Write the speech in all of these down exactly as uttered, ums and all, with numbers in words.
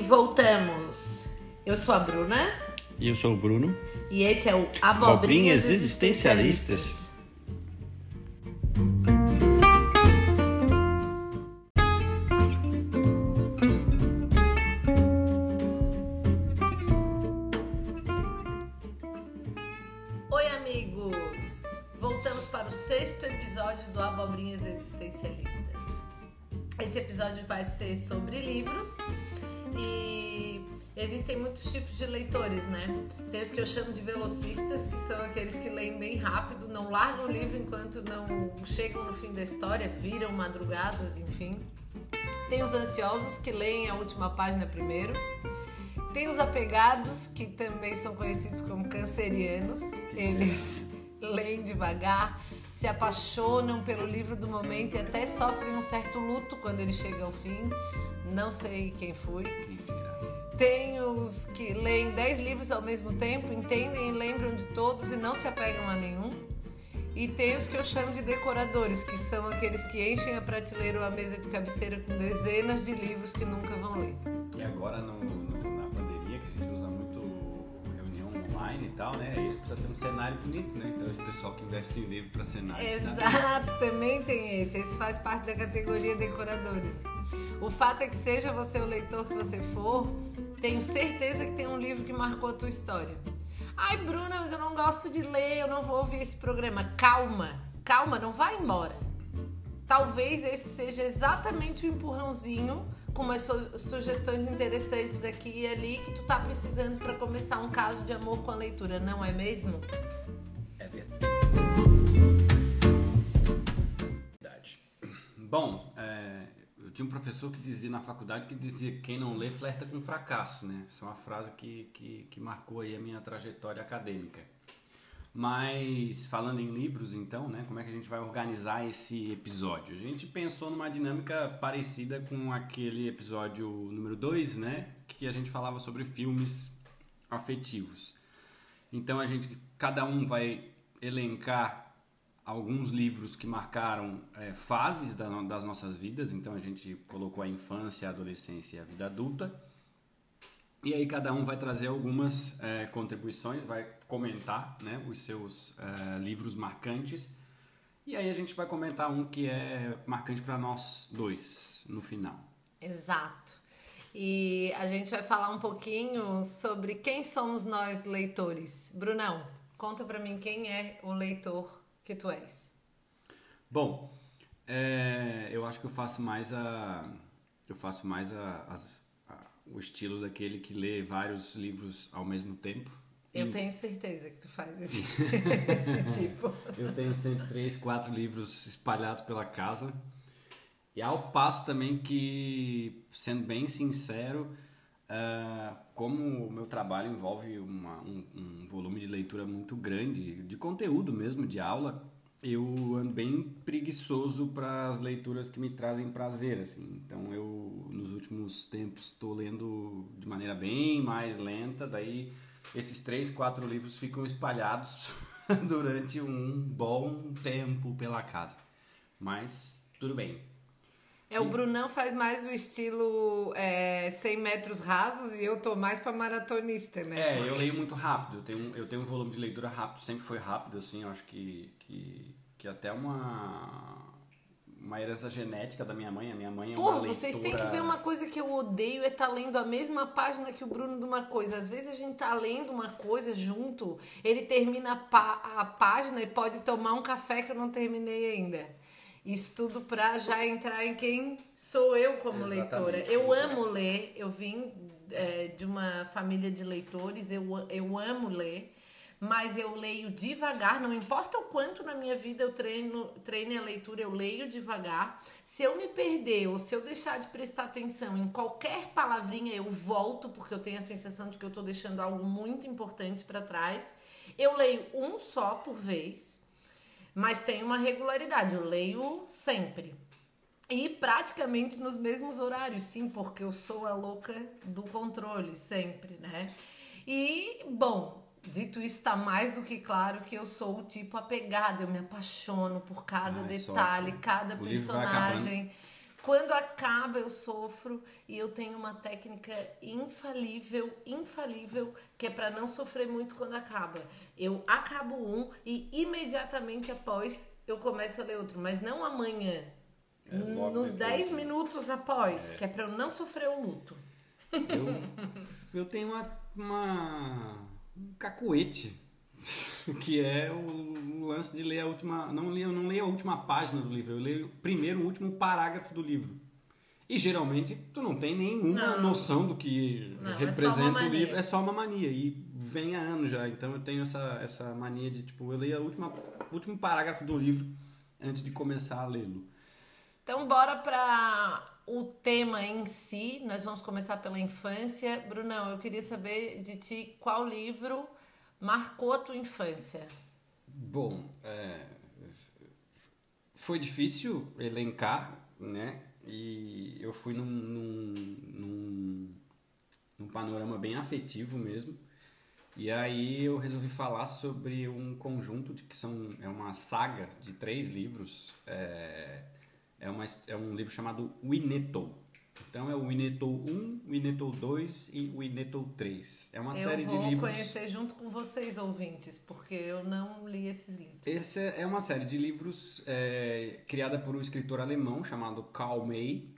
voltamos. Eu sou a Bruna. E eu sou o Bruno. E esse é o Abobrinhas, Abobrinhas Existencialistas. Oi, amigos! Voltamos para o sexto episódio do Abobrinhas Existencialistas. Esse episódio vai ser sobre livros e existem muitos tipos de leitores, né? Tem os que eu chamo de velocistas, que são aqueles que leem bem rápido, não largam o livro enquanto não chegam no fim da história, viram madrugadas, enfim. Tem os ansiosos, que leem a última página primeiro. Tem os apegados, que também são conhecidos como cancerianos. Eles leem devagar, se apaixonam pelo livro do momento e até sofrem um certo luto quando ele chega ao fim. Não sei quem foi. Tem os que leem dez livros ao mesmo tempo, entendem e lembram de todos e não se apegam a nenhum. E tem os que eu chamo de decoradores, que são aqueles que enchem a prateleira ou a mesa de cabeceira com dezenas de livros que nunca vão ler. E agora no, no, na pandemia, que a gente usa muito reunião online e tal, né? Aí a gente precisa ter um cenário bonito, né? Então esse pessoal que investe em livro para cenário. Exato, tá? Também tem esse. Esse faz parte da categoria decoradores. O fato é que seja você o leitor que você for, tenho certeza que tem um livro que marcou a tua história. Ai, Bruna, mas eu não gosto de ler, eu não vou ouvir esse programa. Calma, calma, não vai embora. Talvez esse seja exatamente o empurrãozinho com umas su- sugestões interessantes aqui e ali que tu tá precisando para começar um caso de amor com a leitura, não é mesmo? É verdade. Bom, é, eu tinha um professor que dizia na faculdade que dizia que quem não lê flerta com fracasso, né? Essa é uma frase que, que, que marcou aí a minha trajetória acadêmica. Mas, falando em livros, então, né? Como é que a gente vai organizar esse episódio? A gente pensou numa dinâmica parecida com aquele episódio número dois, né? Que a gente falava sobre filmes afetivos. Então, a gente, cada um vai elencar alguns livros que marcaram é, fases da, das nossas vidas. Então a gente colocou a infância, a adolescência e a vida adulta. E aí cada um vai trazer algumas é, contribuições, vai comentar, né, os seus é, livros marcantes. E aí a gente vai comentar um que é marcante para nós dois no final. Exato. E a gente vai falar um pouquinho sobre quem somos nós leitores. Brunão, conta pra mim quem é o leitor que tu és. Bom, é, eu acho que eu faço mais a eu faço mais a, as, a, o estilo daquele que lê vários livros ao mesmo tempo. Eu e... tenho certeza que tu faz esse, esse tipo. Eu tenho sempre três, quatro livros espalhados pela casa. E ao passo também que, sendo bem sincero, uh, como o meu trabalho envolve uma, um, um volume de leitura muito grande, de conteúdo mesmo, de aula, eu ando bem preguiçoso para as leituras que me trazem prazer, assim. Então eu, nos últimos tempos, estou lendo de maneira bem mais lenta, daí esses três, quatro livros ficam espalhados durante um bom tempo pela casa. Mas tudo bem. É, o Brunão faz mais o estilo é, cem metros rasos e eu tô mais pra maratonista, né? É, Porque... eu leio muito rápido, eu tenho, eu tenho um volume de leitura rápido, sempre foi rápido, assim, eu acho que, que, que até uma, uma herança genética da minha mãe, a minha mãe é Pô, uma leitora... vocês têm que ver uma coisa que eu odeio, é estar tá lendo a mesma página que o Bruno de uma coisa. Às vezes a gente tá lendo uma coisa junto, ele termina a, pá, a página e pode tomar um café que eu não terminei ainda. Isso tudo pra já entrar em quem sou eu como Exatamente, leitora. Eu amo conhece. ler, eu vim é, de uma família de leitores, eu, eu amo ler, mas eu leio devagar, não importa o quanto na minha vida eu treino, treine a leitura, eu leio devagar. Se eu me perder ou se eu deixar de prestar atenção em qualquer palavrinha, eu volto, porque eu tenho a sensação de que eu tô deixando algo muito importante pra trás. Eu leio um só por vez, mas tem uma regularidade, eu leio sempre. E praticamente nos mesmos horários, sim, porque eu sou a louca do controle, sempre, né? E, bom, dito isso, tá mais do que claro que eu sou o tipo apegado, eu me apaixono por cada Ai, detalhe, só. cada O livro vai personagem. quando acaba eu sofro e eu tenho uma técnica infalível, infalível, que é para não sofrer muito quando acaba. Eu acabo um e imediatamente após eu começo a ler outro, mas não amanhã, É, logo nos depois, dez né? minutos após, É. que é para eu não sofrer o luto. Eu, eu tenho uma, uma um cacuete, que é o, o lance de ler a última... Não leio, não leio a última página do livro, eu leio primeiro o último parágrafo do livro. E geralmente tu não tem nenhuma Não. noção do que Não, é só representa uma o mania. livro, é só uma mania. E vem há anos já, então eu tenho essa, essa mania de, tipo, eu leio a última, o último parágrafo do livro antes de começar a lê-lo. Então, bora para o tema em si. Nós vamos começar pela infância. Brunão, eu queria saber de ti qual livro marcou a tua infância. Bom, é, foi difícil elencar, né? E eu fui num, num, num, num panorama bem afetivo mesmo. E aí eu resolvi falar sobre um conjunto de que são é uma saga de três livros. É, é, uma, é um livro chamado Winnetou. Então é o Winnetou um, Winnetou dois e Winnetou três. É uma Eu série de vou livros. conhecer junto com vocês, ouvintes, porque eu não li esses livros. Essa é uma série de livros é, criada por um escritor alemão chamado Karl May.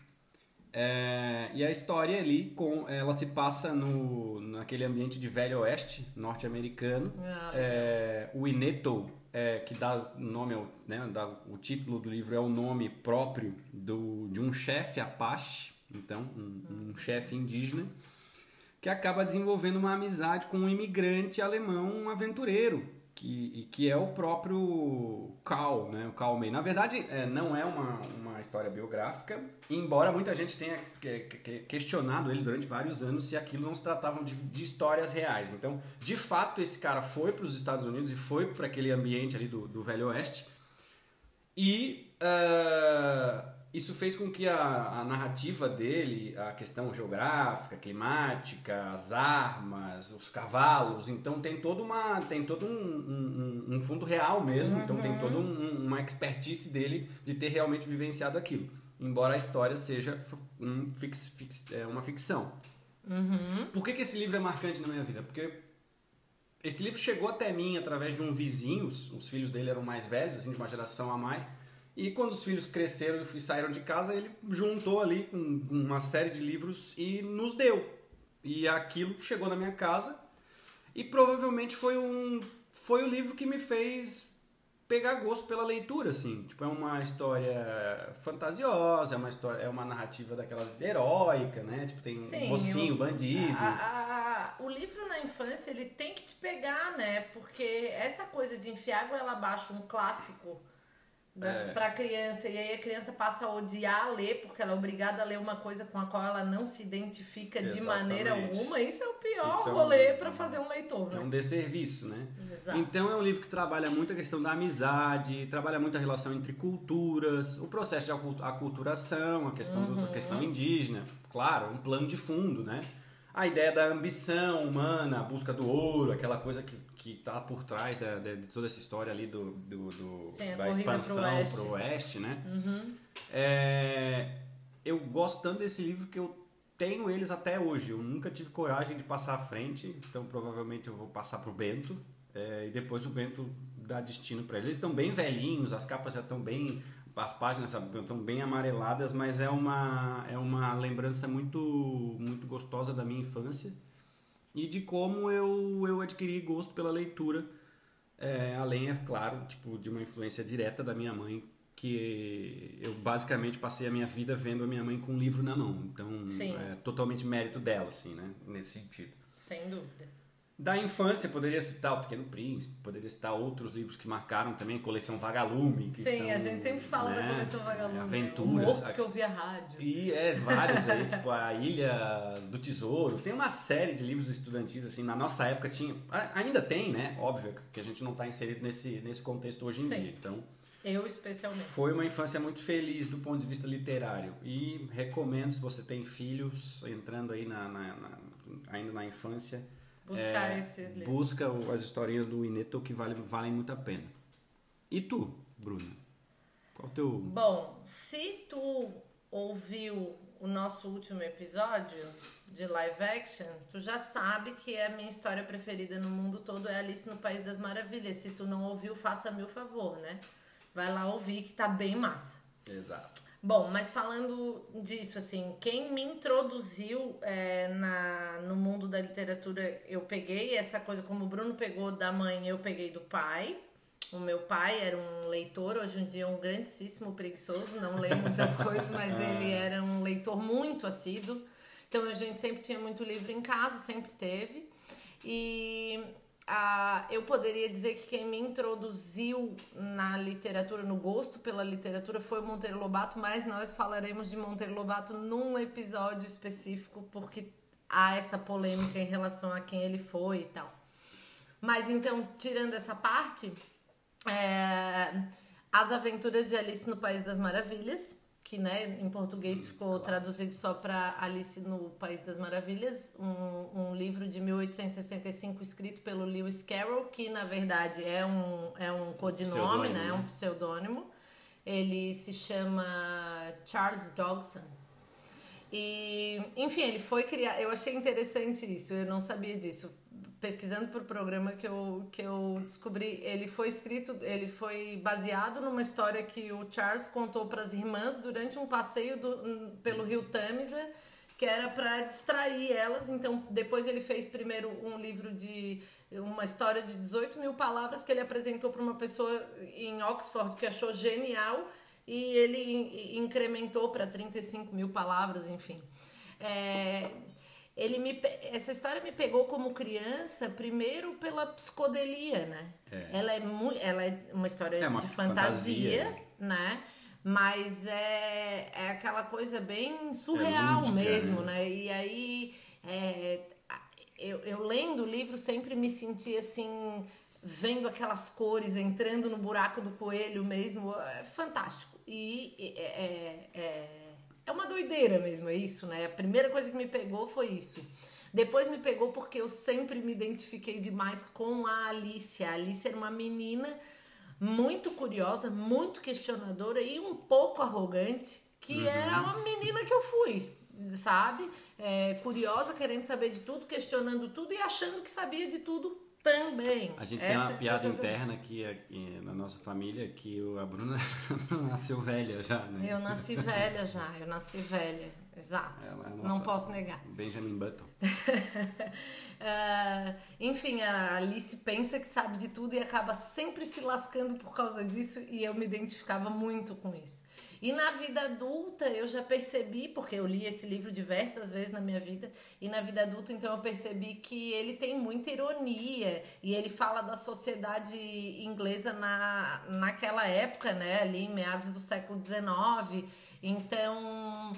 É, e a história ali, com, ela se passa no, naquele ambiente de Velho Oeste norte-americano. Ah, É, o Winnetou, é, que dá nome ao, né, dá, o título do livro é o nome próprio do, de um chefe Apache, então um, um chefe indígena, que acaba desenvolvendo uma amizade com um imigrante alemão, um aventureiro, que, que é o próprio Karl, né? O Karl May. Na verdade, é, não é uma, uma história biográfica, embora muita gente tenha que, que, questionado ele durante vários anos se aquilo não se tratava de, de histórias reais. Então, de fato, esse cara foi para os Estados Unidos e foi para aquele ambiente ali do, do Velho Oeste, e uh, isso fez com que a, a narrativa dele, a questão geográfica, climática, as armas, os cavalos, então tem todo, uma, tem todo um, um, um fundo real mesmo, uhum. Então tem toda um, uma expertise dele de ter realmente vivenciado aquilo, embora a história seja um fix, fix, é uma ficção. Uhum. Por que, que esse livro é marcante na minha vida? Porque esse livro chegou até mim através de um vizinho, os filhos dele eram mais velhos, assim, de uma geração a mais. E quando os filhos cresceram e saíram de casa, ele juntou ali uma série de livros e nos deu. E aquilo chegou na minha casa e provavelmente foi um foi o livro que me fez pegar gosto pela leitura, assim. Tipo, é uma história fantasiosa, é uma história, é uma narrativa daquelas heróica, né? Tipo, tem Sim, um mocinho, o, bandido. A, a, o livro na infância, ele tem que te pegar, né? Porque essa coisa de enfiar a goela abaixo um clássico É. para a criança, e aí a criança passa a odiar ler porque ela é obrigada a ler uma coisa com a qual ela não se identifica de Exatamente. maneira alguma. Isso é o pior Isso é um- rolê para fazer um leitor, É né? um desserviço, né? Exato. Então é um livro que trabalha muito a questão da amizade, trabalha muito a relação entre culturas, o processo de acultu- aculturação, a questão, do, a questão indígena, claro, um plano de fundo, né? A ideia da ambição humana, a busca do ouro, aquela coisa que que está por trás da, de, de toda essa história ali do, do, do Sim, a da corrida pro expansão oeste. para o oeste, né? Uhum. É, eu gosto tanto desse livro que eu tenho eles até hoje. Eu nunca tive coragem de passar à frente, então provavelmente eu vou passar pro Bento, é, e depois o Bento dá destino para eles. Eles estão bem velhinhos, as capas já estão bem, as páginas estão bem amareladas, mas é uma, é uma lembrança muito, muito gostosa da minha infância e de como eu, eu adquiri gosto pela leitura, é, além, é claro, tipo, de uma influência direta da minha mãe, que eu basicamente passei a minha vida vendo a minha mãe com um livro na mão. Então, Sim. é totalmente mérito dela, assim, né? Nesse sentido. Sem dúvida. Da infância, poderia citar O Pequeno Príncipe, poderia citar outros livros que marcaram também, Coleção Vagalume. Que Sim, são, a gente sempre fala né, da Coleção Vagalume. Aventuras. O Morto que ouvia rádio. E é, vários aí, tipo a Ilha do Tesouro. Tem uma série de livros estudantis, assim, na nossa época tinha, ainda tem, né? Óbvio que a gente não está inserido nesse, nesse contexto hoje em Sim. dia. Então, Eu especialmente. foi uma infância muito feliz do ponto de vista literário. E recomendo, se você tem filhos entrando aí na, na, na, ainda na infância, Buscar é, esses livros. busca o- as historinhas do Winnetou que valem, valem muito a pena. E tu, Bruna? Qual o teu... Bom, se tu ouviu o nosso último episódio de live action, tu já sabe que a minha história preferida no mundo todo é Alice no País das Maravilhas. Se tu não ouviu, faça-me o favor, né? Vai lá ouvir que tá bem massa. Exato. Bom, mas falando disso, assim, quem me introduziu é, na, no mundo da literatura, eu peguei essa coisa, como o Bruno pegou da mãe, eu peguei do pai. O meu pai era um leitor, hoje em dia é um grandíssimo preguiçoso, não lê muitas coisas, mas ele era um leitor muito assíduo. Então a gente sempre tinha muito livro em casa, sempre teve. E ah, eu poderia dizer que quem me introduziu na literatura, no gosto pela literatura, foi o Monteiro Lobato, mas nós falaremos de Monteiro Lobato num episódio específico, porque há essa polêmica em relação a quem ele foi e tal. Mas então, tirando essa parte... É, As Aventuras de Alice no País das Maravilhas, que, né, em português ficou traduzido só para Alice no País das Maravilhas, um, um livro de mil oitocentos e sessenta e cinco escrito pelo Lewis Carroll, que na verdade é um, é um codinome, né, é um pseudônimo. Ele se chama Charles Dodgson. E, enfim, ele foi criar. Eu achei interessante isso, eu não sabia disso. Pesquisando para o programa que eu, que eu descobri, ele foi escrito, ele foi baseado numa história que o Charles contou para as irmãs durante um passeio do, pelo rio Tâmisa, que era para distrair elas. Então, depois ele fez primeiro um livro de uma história de dezoito mil palavras que ele apresentou para uma pessoa em Oxford que achou genial, e ele incrementou para trinta e cinco mil palavras, enfim. É... Ele me, essa história me pegou como criança, primeiro pela psicodelia, né? É. Ela, é mu, ela é uma história é uma de fantasia, fantasia, né? Mas é, é aquela coisa bem surreal, é lúdica, mesmo, né? né? E aí, é, eu, eu lendo o livro sempre me senti assim, vendo aquelas cores, entrando no buraco do coelho mesmo, é fantástico. E é... é, é É uma doideira mesmo, é isso, né? A primeira coisa que me pegou foi isso. Depois me pegou porque eu sempre me identifiquei demais com a Alice. A Alice era uma menina muito curiosa, muito questionadora e um pouco arrogante, que uhum. era uma menina que eu fui, sabe? É, curiosa, querendo saber de tudo, questionando tudo e achando que sabia de tudo também. A gente Essa tem uma piada interna aqui, aqui na nossa família, que a Bruna nasceu velha já, né? Eu nasci velha já, eu nasci velha, exato. É Não posso negar. Benjamin Button. uh, enfim, a Alice pensa que sabe de tudo e acaba sempre se lascando por causa disso, e eu me identificava muito com isso. E na vida adulta eu já percebi, porque eu li esse livro diversas vezes na minha vida, e na vida adulta então eu percebi que ele tem muita ironia, e ele fala da sociedade inglesa na, naquela época, né, ali em meados do século dezenove. Então,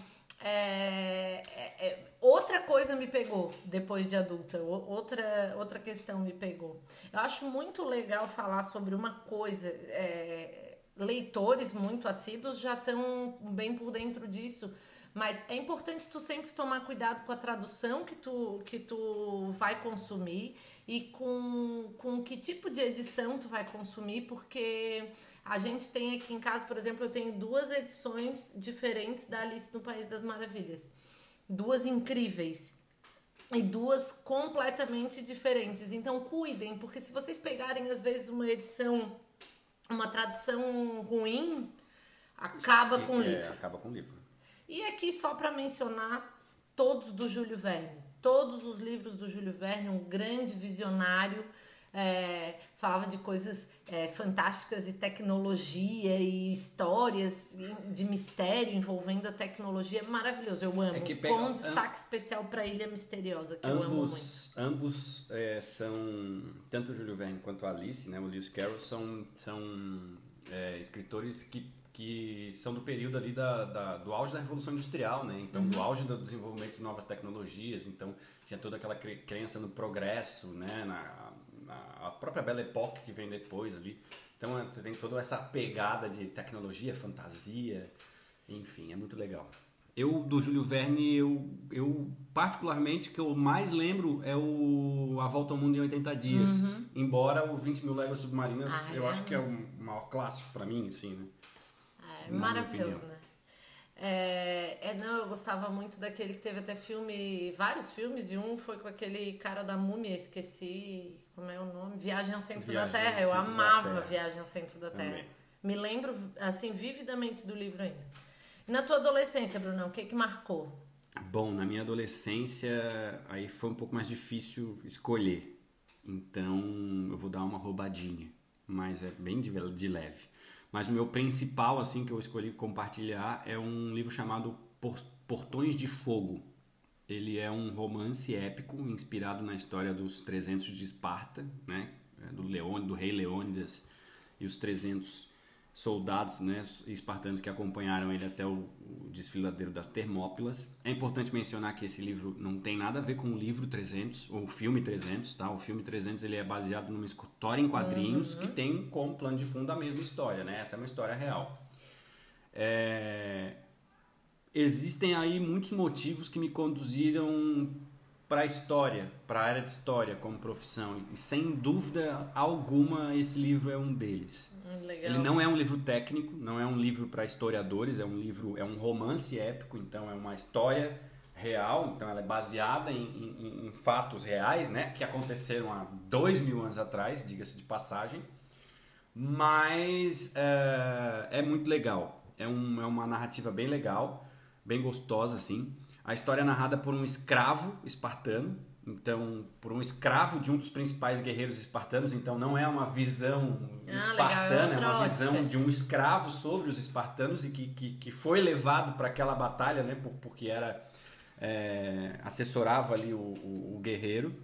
é, é, é, outra coisa me pegou depois de adulta, outra, outra questão me pegou. Eu acho muito legal falar sobre uma coisa... É, leitores muito assíduos já estão bem por dentro disso, mas é importante tu sempre tomar cuidado com a tradução que tu, que tu vai consumir e com, com que tipo de edição tu vai consumir, porque a gente tem aqui em casa, por exemplo, eu tenho duas edições diferentes da Alice no País das Maravilhas, duas incríveis e duas completamente diferentes, então cuidem, porque se vocês pegarem às vezes uma edição, uma tradução ruim, acaba com o é, livro. Acaba com o livro. E aqui só para mencionar todos do Júlio Verne. Todos os livros do Júlio Verne, um grande visionário, é, falava de coisas é, fantásticas e tecnologia e histórias de mistério envolvendo a tecnologia. Maravilhoso, eu amo. É que pega, com um destaque am... especial para Ilha Misteriosa, que ambos, eu amo muito. Ambos é, são, tanto o Júlio Verne quanto a Alice, né, o Lewis Carroll, são, são é, escritores que, que são do período ali da, da, do auge da Revolução Industrial, né? Então, uhum. do auge do desenvolvimento de novas tecnologias. Então, tinha toda aquela crença no progresso, né? Na, a própria Belle Époque que vem depois ali. Então tem toda essa pegada de tecnologia, fantasia, enfim, é muito legal. Eu, do Júlio Verne, eu, eu particularmente, o que eu mais lembro é o A Volta ao Mundo em oitenta Dias. Uhum. Embora o vinte mil Léguas Submarinas, ah, eu é? acho que é o maior clássico pra mim, assim, né? É maravilhoso, né? É, é, não, eu gostava muito daquele que teve até filme, vários filmes, e um foi com aquele cara da Múmia, esqueci como é o nome, Viagem ao Centro Viagem da Terra. ao Eu Centro da amava Terra. Viagem ao Centro da Terra. Também. Me lembro, assim, vividamente do livro ainda. E na tua adolescência, Brunão, o que que marcou? Bom, na minha adolescência, aí foi um pouco mais difícil escolher. Então, eu vou dar uma roubadinha, mas é bem de, de leve. Mas o meu principal, assim, que eu escolhi compartilhar é um livro chamado Portões de Fogo. Ele é um romance épico inspirado na história dos trezentos de Esparta, né? Do, Leônidas, do rei Leônidas e os trezentos soldados, né, espartanos que acompanharam ele até o, o desfiladeiro das Termópilas. É importante mencionar que esse livro não tem nada a ver com o livro trezentos, ou o filme trezentos, tá? O filme trezentos ele é baseado numa história em quadrinhos, uhum, que tem como plano de fundo a mesma história, né? Essa é uma história real. É... Existem aí muitos motivos que me conduziram para a história, para a área de história como profissão, e sem dúvida alguma esse livro é um deles. Legal. Ele não é um livro técnico, não é um livro para historiadores, é um livro, é um romance épico, então é uma história real, então ela é baseada em, em, em fatos reais, né, que aconteceram há dois mil anos atrás, diga-se de passagem, mas é, é muito legal, é, um, é uma narrativa bem legal, bem gostosa assim. A história é narrada por um escravo espartano, então por um escravo de um dos principais guerreiros espartanos, então não é uma visão ah, espartana, legal, é, é uma ótica. visão de um escravo sobre os espartanos e que, que, que foi levado para aquela batalha, né, porque era, é, assessorava ali o, o, o guerreiro.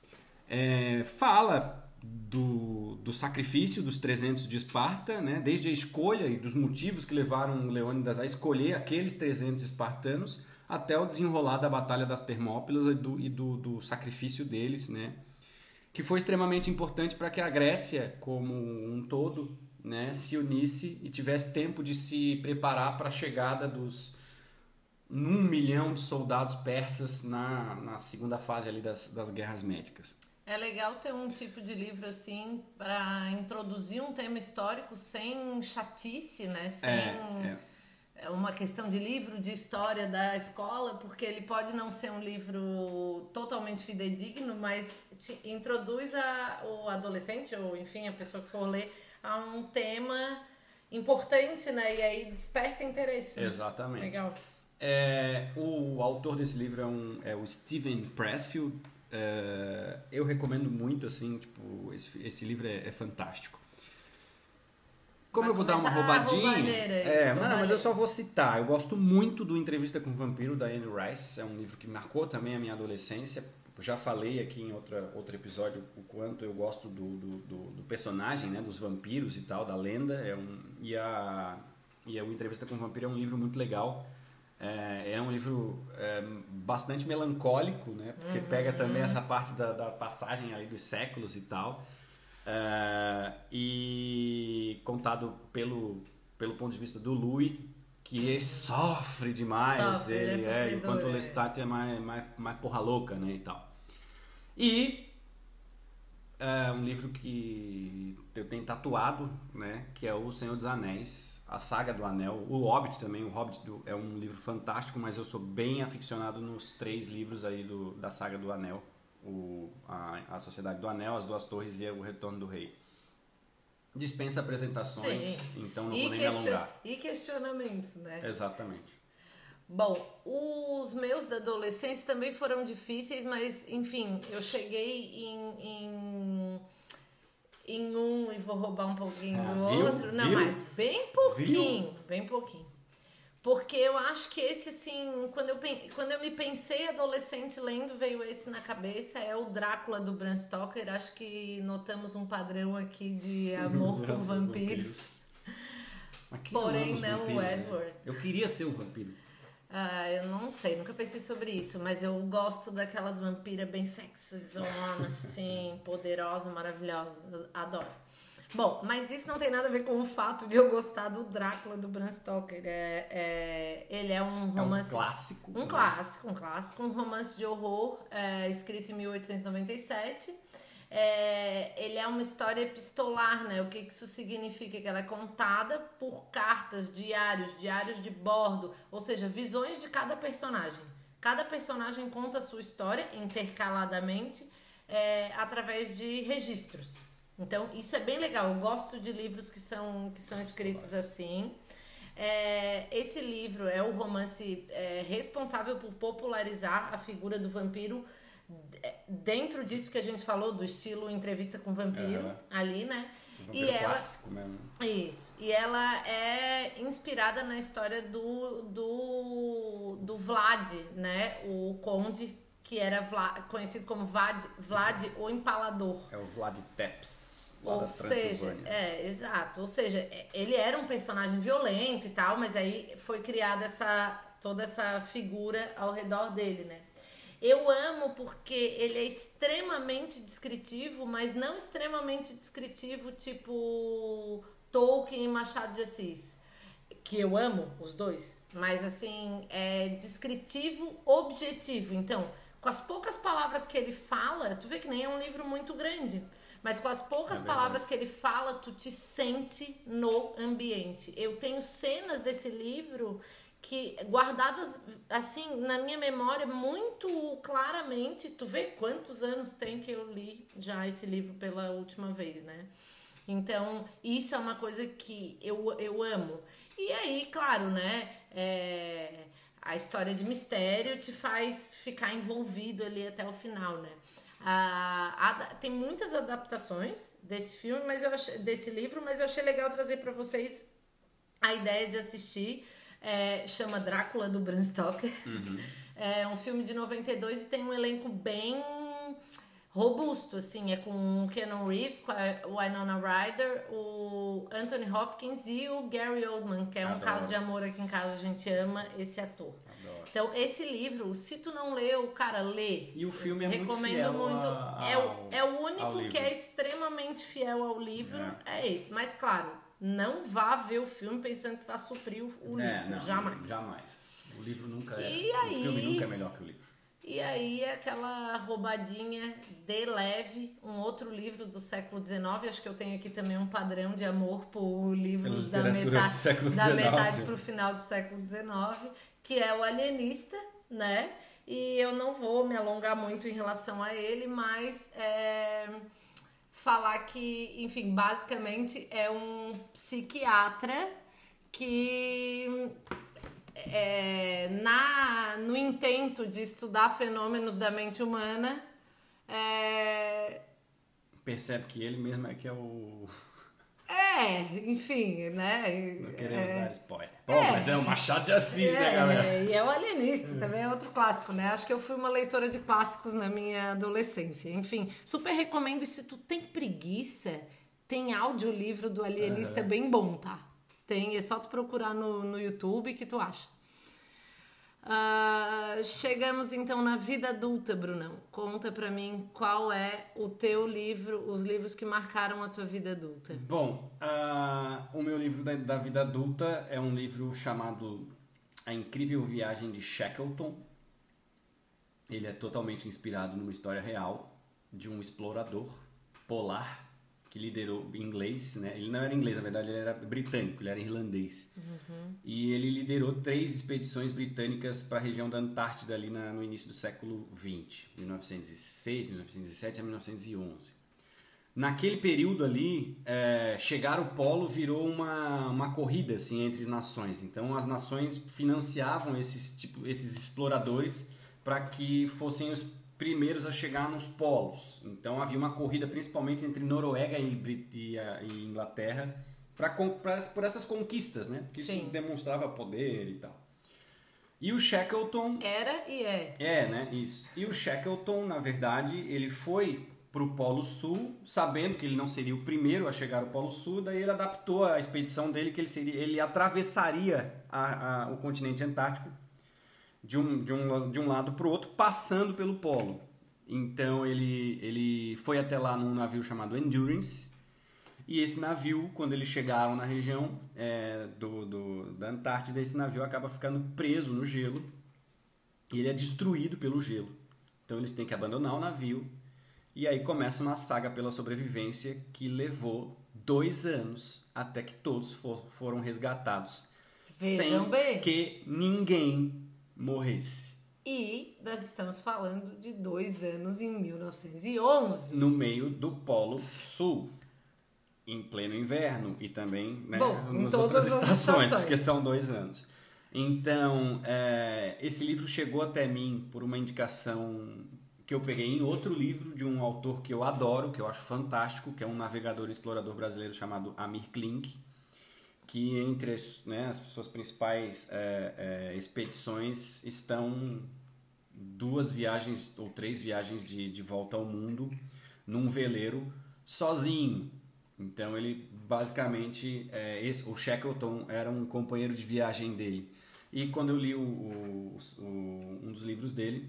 É, fala do, do sacrifício dos trezentos de Esparta, né, desde a escolha e dos motivos que levaram Leônidas a escolher aqueles trezentos espartanos, até o desenrolar da Batalha das Termópilas e do, e do, do sacrifício deles, né? Que foi extremamente importante para que a Grécia, como um todo, né, se unisse e tivesse tempo de se preparar para a chegada dos um milhão de soldados persas na, na segunda fase ali das, das guerras médicas. É legal ter um tipo de livro assim para introduzir um tema histórico sem chatice, né? Sem... É, é. É uma questão de livro de história da escola, porque ele pode não ser um livro totalmente fidedigno, mas te introduz a, o adolescente, ou enfim, a pessoa que for ler, a um tema importante, né? E aí desperta interesse. Né? Exatamente. Legal. É, o autor desse livro é, um, é o Steven Pressfield. É, eu recomendo muito, assim, tipo, esse, esse livro é, é fantástico. Como Vai eu vou dar uma roubadinha, é, mano, mas eu só vou citar. Eu gosto muito do Entrevista com o Vampiro, da Anne Rice. É um livro que marcou também a minha adolescência. Eu já falei aqui em outra, outro episódio o quanto eu gosto do, do, do, do personagem, né, dos vampiros e tal, da lenda. É um, e, a, e a, o Entrevista com o Vampiro é um livro muito legal. É, é um livro é, bastante melancólico, né, porque uhum. pega também essa parte da, da passagem ali dos séculos e tal. Uh, e contado pelo, pelo ponto de vista do Louis, que ele sofre demais, sofre, ele, ele é, é, enquanto o Lestat é mais, mais, mais porra louca, né, e tal. E é um livro que eu tenho tatuado, né, que é O Senhor dos Anéis, a Saga do Anel, o Hobbit também. O Hobbit do, é um livro fantástico, mas eu sou bem aficionado nos três livros aí do, da Saga do Anel. O, a, a Sociedade do Anel, As Duas Torres e O Retorno do Rei. Dispensa apresentações, Sim. então não e vou nem me alongar. E questionamentos, né? Exatamente. Bom, os meus da adolescência também foram difíceis, mas enfim, eu cheguei em, em, em um e vou roubar um pouquinho ah, do viu? outro. Não, viu? mas bem pouquinho, viu? bem pouquinho. Porque eu acho que esse, assim, quando eu, quando eu me pensei adolescente lendo, veio esse na cabeça, é o Drácula do Bram Stoker. Acho que notamos um padrão aqui de amor por vampiros. Porém, não vampiro, o Edward. Né? Eu queria ser um vampiro. Ah, eu não sei, nunca pensei sobre isso, mas eu gosto daquelas vampiras bem sexyzonas, assim, poderosa, maravilhosa. Adoro. Bom, mas isso não tem nada a ver com o fato de eu gostar do Drácula do Bram Stoker. É, é, ele é um romance... É um clássico. Um né? clássico, um clássico. Um romance de horror é, escrito em mil oitocentos e noventa e sete. é, ele é uma história epistolar, né? O que isso significa? Que ela é contada por cartas, diários, diários de bordo, ou seja, visões de cada personagem. Cada personagem conta a sua história intercaladamente é, através de registros. Então, isso é bem legal. Eu gosto de livros que são, que são escritos assim. É, esse livro é o romance é, responsável por popularizar a figura do vampiro dentro disso que a gente falou, do estilo entrevista com vampiro, uhum. ali, né? E ela, clássico mesmo. Isso. E ela é inspirada na história do, do, do Vlad, né? O conde, que era Vlad, conhecido como Vlad, Vlad o Empalador. É o Vlad Tepes. Ou seja, é, exato. Ou seja, ele era um personagem violento e tal, mas aí foi criada essa, toda essa figura ao redor dele, né? Eu amo porque ele é extremamente descritivo, mas não extremamente descritivo tipo Tolkien e Machado de Assis, que eu amo os dois, mas assim, é descritivo objetivo. Então, com as poucas palavras que ele fala, tu vê que nem é um livro muito grande, mas com as poucas é palavras que ele fala, tu te sente no ambiente. Eu tenho cenas desse livro que guardadas assim na minha memória muito claramente. Tu vê quantos anos tem que eu li já esse livro pela última vez, né? Então, isso é uma coisa que eu, eu amo. E aí, claro, né? É, a história de mistério te faz ficar envolvido ali até o final, né? Ah, a, tem muitas adaptações desse filme, mas eu achei, desse livro, mas eu achei legal trazer para vocês a ideia de assistir. É, chama Drácula, do Bram Stoker. Uhum. É um filme de noventa e dois e tem um elenco bem robusto, assim. É com o Keanu Reeves, com a Winona Ryder, o Anthony Hopkins e o Gary Oldman, que é um Adoro. Caso de amor aqui em casa. A gente ama esse ator. Adoro. Então, esse livro, se tu não leu, cara, lê. E o filme é Recomendo muito fiel muito. A, é, o, é o ao único que é extremamente fiel ao livro. É, é esse. Mas, claro, não vá ver o filme pensando que vai suprir o, o é, livro. Não, jamais. Jamais. O livro nunca é. E aí, o filme nunca é melhor que o livro. E aí, aquela roubadinha de leve, um outro livro do século dezenove. Acho que eu tenho aqui também um padrão de amor por livros da metade, da metade para o final do século dezenove, que é o Alienista, né? E eu não vou me alongar muito em relação a ele, mas é, falar que, enfim, basicamente é um psiquiatra que... É, na, no intento de estudar fenômenos da mente humana, é... percebe que ele mesmo é que é o... É, enfim, né? Não queremos é... dar spoiler. Bom, é, mas é o Machado de Assis, é, né, galera? E é o Alienista, também é outro clássico, né? Acho que eu fui uma leitora de clássicos na minha adolescência. Enfim, super recomendo. E se tu tem preguiça, tem audiolivro do Alienista uhum. bem bom, tá? Tem, é só tu procurar no, no YouTube que tu acha. Uh, chegamos então na vida adulta, Brunão. Conta pra mim qual é o teu livro, os livros que marcaram a tua vida adulta. Bom, uh, o meu livro da, da vida adulta é um livro chamado A Incrível Viagem de Shackleton. Ele é totalmente inspirado numa história real de um explorador polar que liderou inglês, né? Ele não era inglês, na verdade ele era britânico, ele era irlandês. Uhum. E ele liderou três expedições britânicas para a região da Antártida ali na, no início do século vinte, mil novecentos e seis, mil novecentos e sete a mil novecentos e onze. Naquele período ali, é, chegar ao polo virou uma, uma corrida assim, entre nações. Então as nações financiavam esses, tipo, esses exploradores para que fossem os primeiros a chegar nos polos. Então havia uma corrida principalmente entre Noruega e, e, e Inglaterra pra, pra, por essas conquistas, né? Porque Sim. isso demonstrava poder e tal. E o Shackleton... Era e é. É, né? Isso. E o Shackleton, na verdade, ele foi pro Polo Sul, sabendo que ele não seria o primeiro a chegar ao Polo Sul, daí ele adaptou a expedição dele, que ele, seria, ele atravessaria a, a, o continente antártico De um, de, um, de um lado para o outro, passando pelo polo. Então ele, ele foi até lá num navio chamado Endurance, e esse navio, quando eles chegaram na região é, do, do, da Antártida, esse navio acaba ficando preso no gelo, e ele é destruído pelo gelo. Então eles têm que abandonar o navio, E aí começa uma saga pela sobrevivência que levou dois anos até que todos for, foram resgatados. Vejam sem bem. que ninguém morresse. E nós estamos falando de dois anos em mil novecentos e onze. No meio do Polo Sul. Em pleno inverno e também, né, Bom, em nas todas outras as estações, estações. porque são dois anos. Então, é, esse livro chegou até mim por uma indicação que eu peguei em outro livro de um autor que eu adoro, que eu acho fantástico, que é um navegador e explorador brasileiro chamado Amir Klink, que entre as, né, as suas principais é, é, expedições estão duas viagens ou três viagens de, de volta ao mundo num veleiro sozinho. Então ele basicamente, é, esse, o Shackleton era um companheiro de viagem dele. E quando eu li o, o, o, um dos livros dele,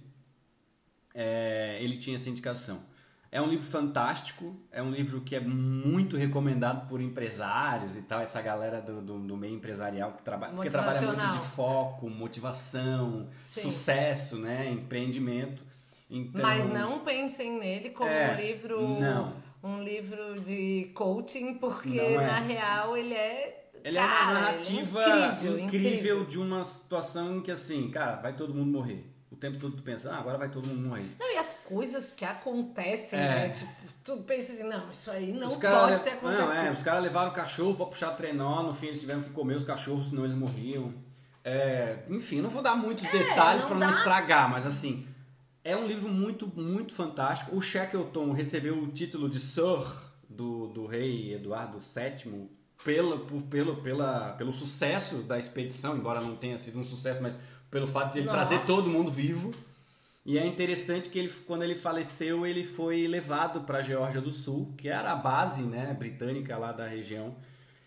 é, ele tinha essa indicação. É um livro fantástico, é um livro que é muito recomendado por empresários e tal, essa galera do, do, do meio empresarial que trabalha, porque trabalha muito de foco, motivação, Sim. sucesso, né, empreendimento. Então, mas não pensem nele como é, um livro... Não. Um livro de coaching, porque é. na real ele é... Ele cara, é uma narrativa é incrível, incrível, incrível de uma situação em que assim, cara, vai todo mundo morrer. O tempo todo tu pensa, ah, agora vai todo mundo morrer. Não, e as coisas que acontecem, é. né? Tipo, tu pensa assim, não, isso aí não os pode le... ter acontecido. Não, é, os caras levaram o cachorro pra puxar trenó, no fim eles tiveram que comer os cachorros, senão eles morriam. É, enfim, não vou dar muitos é, detalhes para não estragar, mas assim... É um livro muito, muito fantástico. O Shackleton recebeu o título de Sir do, do rei Eduardo sétimo pela, por, pelo, pela, pelo sucesso da expedição, embora não tenha sido um sucesso, mas pelo fato de ele Nossa. trazer todo mundo vivo. E é interessante que ele, quando ele faleceu, ele foi levado para a Geórgia do Sul, que era a base, né, britânica lá da região,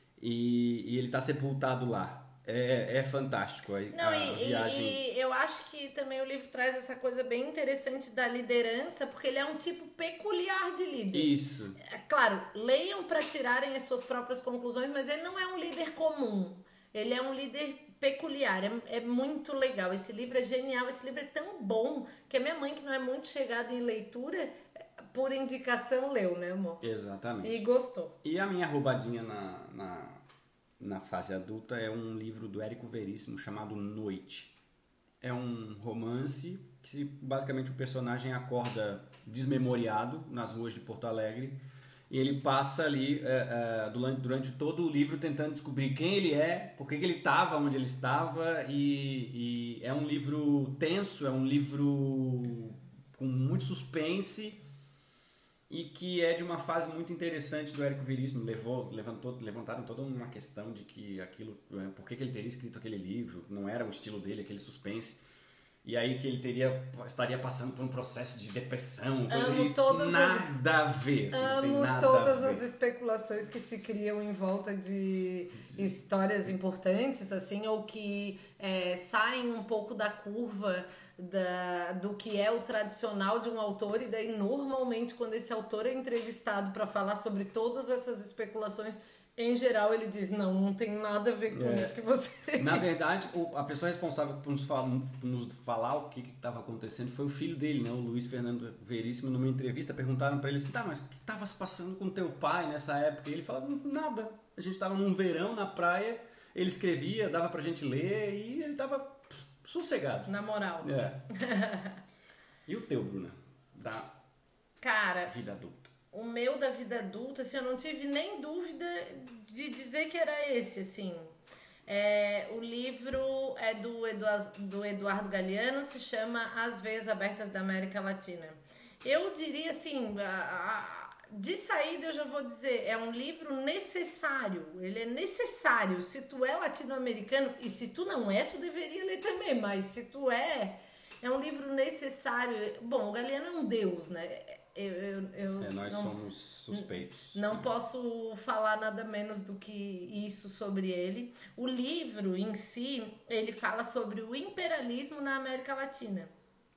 e, e ele está sepultado lá. É, é fantástico a, Não, a e, viagem. E, e eu acho que também o livro traz essa coisa bem interessante da liderança, porque ele é um tipo peculiar de líder. Isso. É, claro, leiam para tirarem as suas próprias conclusões, mas ele não é um líder comum. Ele é um líder peculiar, é, é muito legal. Esse livro é genial, esse livro é tão bom que a minha mãe, que não é muito chegada em leitura, por indicação leu, né, amor? Exatamente. E gostou. E a minha roubadinha na... na... na fase adulta é um livro do Érico Veríssimo chamado Noite. É um romance que basicamente o personagem acorda desmemoriado nas ruas de Porto Alegre e ele passa ali é, é, durante, durante todo o livro tentando descobrir quem ele é, por que ele estava onde ele estava e, e é um livro tenso, é um livro com muito suspense e que é de uma fase muito interessante do Érico Veríssimo. Levou, levantou, levantaram toda uma questão de que aquilo, por que ele teria escrito aquele livro, não era o estilo dele, aquele suspense, e aí que ele teria, estaria passando por um processo de depressão, coisa Amo todas nada as, a ver. Assim, amo não tem nada todas a ver. as especulações que se criam em volta de histórias importantes, assim, ou que é, saem um pouco da curva Da, do que é o tradicional de um autor, e daí normalmente quando esse autor é entrevistado para falar sobre todas essas especulações, em geral ele diz, não, não tem nada a ver com é. isso que você fez. Na verdade, a pessoa responsável por nos falar, por nos falar o que estava acontecendo foi o filho dele, né, o Luiz Fernando Veríssimo. Numa entrevista perguntaram para ele assim, tá, mas o que estava se passando com teu pai nessa época? E ele falava, nada, a gente estava num verão na praia, ele escrevia, dava pra gente ler e ele estava sossegado. Na moral. É. E o teu, Bruna? Da Cara, vida adulta. O meu da vida adulta, assim, eu não tive nem dúvida de dizer que era esse, assim. É, o livro é do Eduardo, do Eduardo Galeano, se chama As Veias Abertas da América Latina. Eu diria, assim, a, a, de saída eu já vou dizer, é um livro necessário, ele é necessário. Se tu é latino-americano, e se tu não é, tu deveria ler também, mas se tu é, é um livro necessário. Bom, o Galeano é um deus, né? Eu, eu, eu é, nós não, somos suspeitos. Não é. posso falar nada menos do que isso sobre ele. O livro em si, ele fala sobre o imperialismo na América Latina.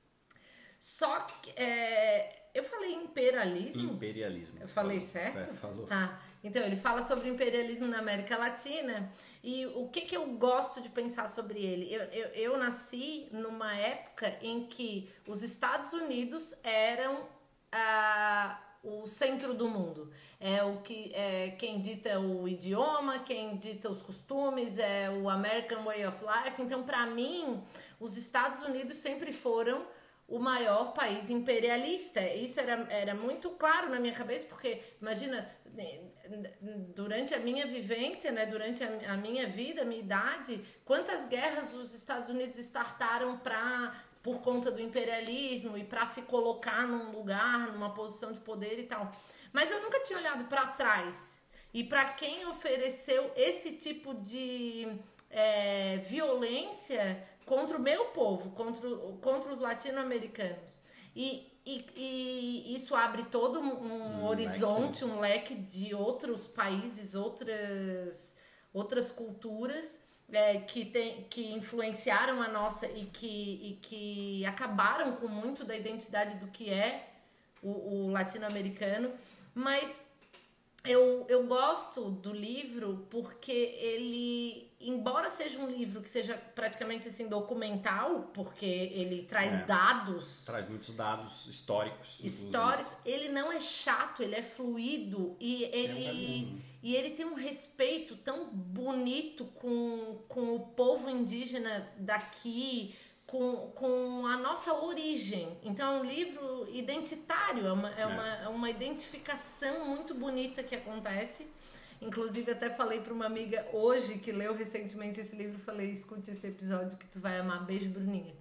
Só que... É, eu falei imperialismo? Imperialismo. Eu falei falou, certo? É, falou. Tá. Então, ele fala sobre o imperialismo na América Latina. E o que, que eu gosto de pensar sobre ele? Eu, eu, eu nasci numa época em que os Estados Unidos eram a, o centro do mundo. É o que é quem dita o idioma, quem dita os costumes, é o American Way of Life. Então, para mim, os Estados Unidos sempre foram o maior país imperialista. Isso era, era muito claro na minha cabeça, porque, imagina, durante a minha vivência, né, durante a, a minha vida, a minha idade, quantas guerras os Estados Unidos startaram pra, por conta do imperialismo e para se colocar num lugar, numa posição de poder e tal. Mas eu nunca tinha olhado para trás. E para quem ofereceu esse tipo de é, violência contra o meu povo, contra, contra os latino-americanos. E, e, e isso abre todo um, um horizonte, leque. um leque de outros países, outras, outras culturas é, que, tem, que influenciaram a nossa e que, e que acabaram com muito da identidade do que é o, o latino-americano. Mas eu, eu gosto do livro porque ele, embora seja um livro que seja praticamente assim documental, porque ele traz é, dados, traz muitos dados históricos, históricos, ele não é chato, ele é fluido e ele, é e ele tem um respeito tão bonito com, com o povo indígena daqui, Com, com a nossa origem. Então é um livro identitário, é uma, é, é. Uma, é uma identificação muito bonita que acontece. Inclusive até falei para uma amiga hoje que leu recentemente esse livro, falei, escute esse episódio que tu vai amar. Beijo, Bruninha.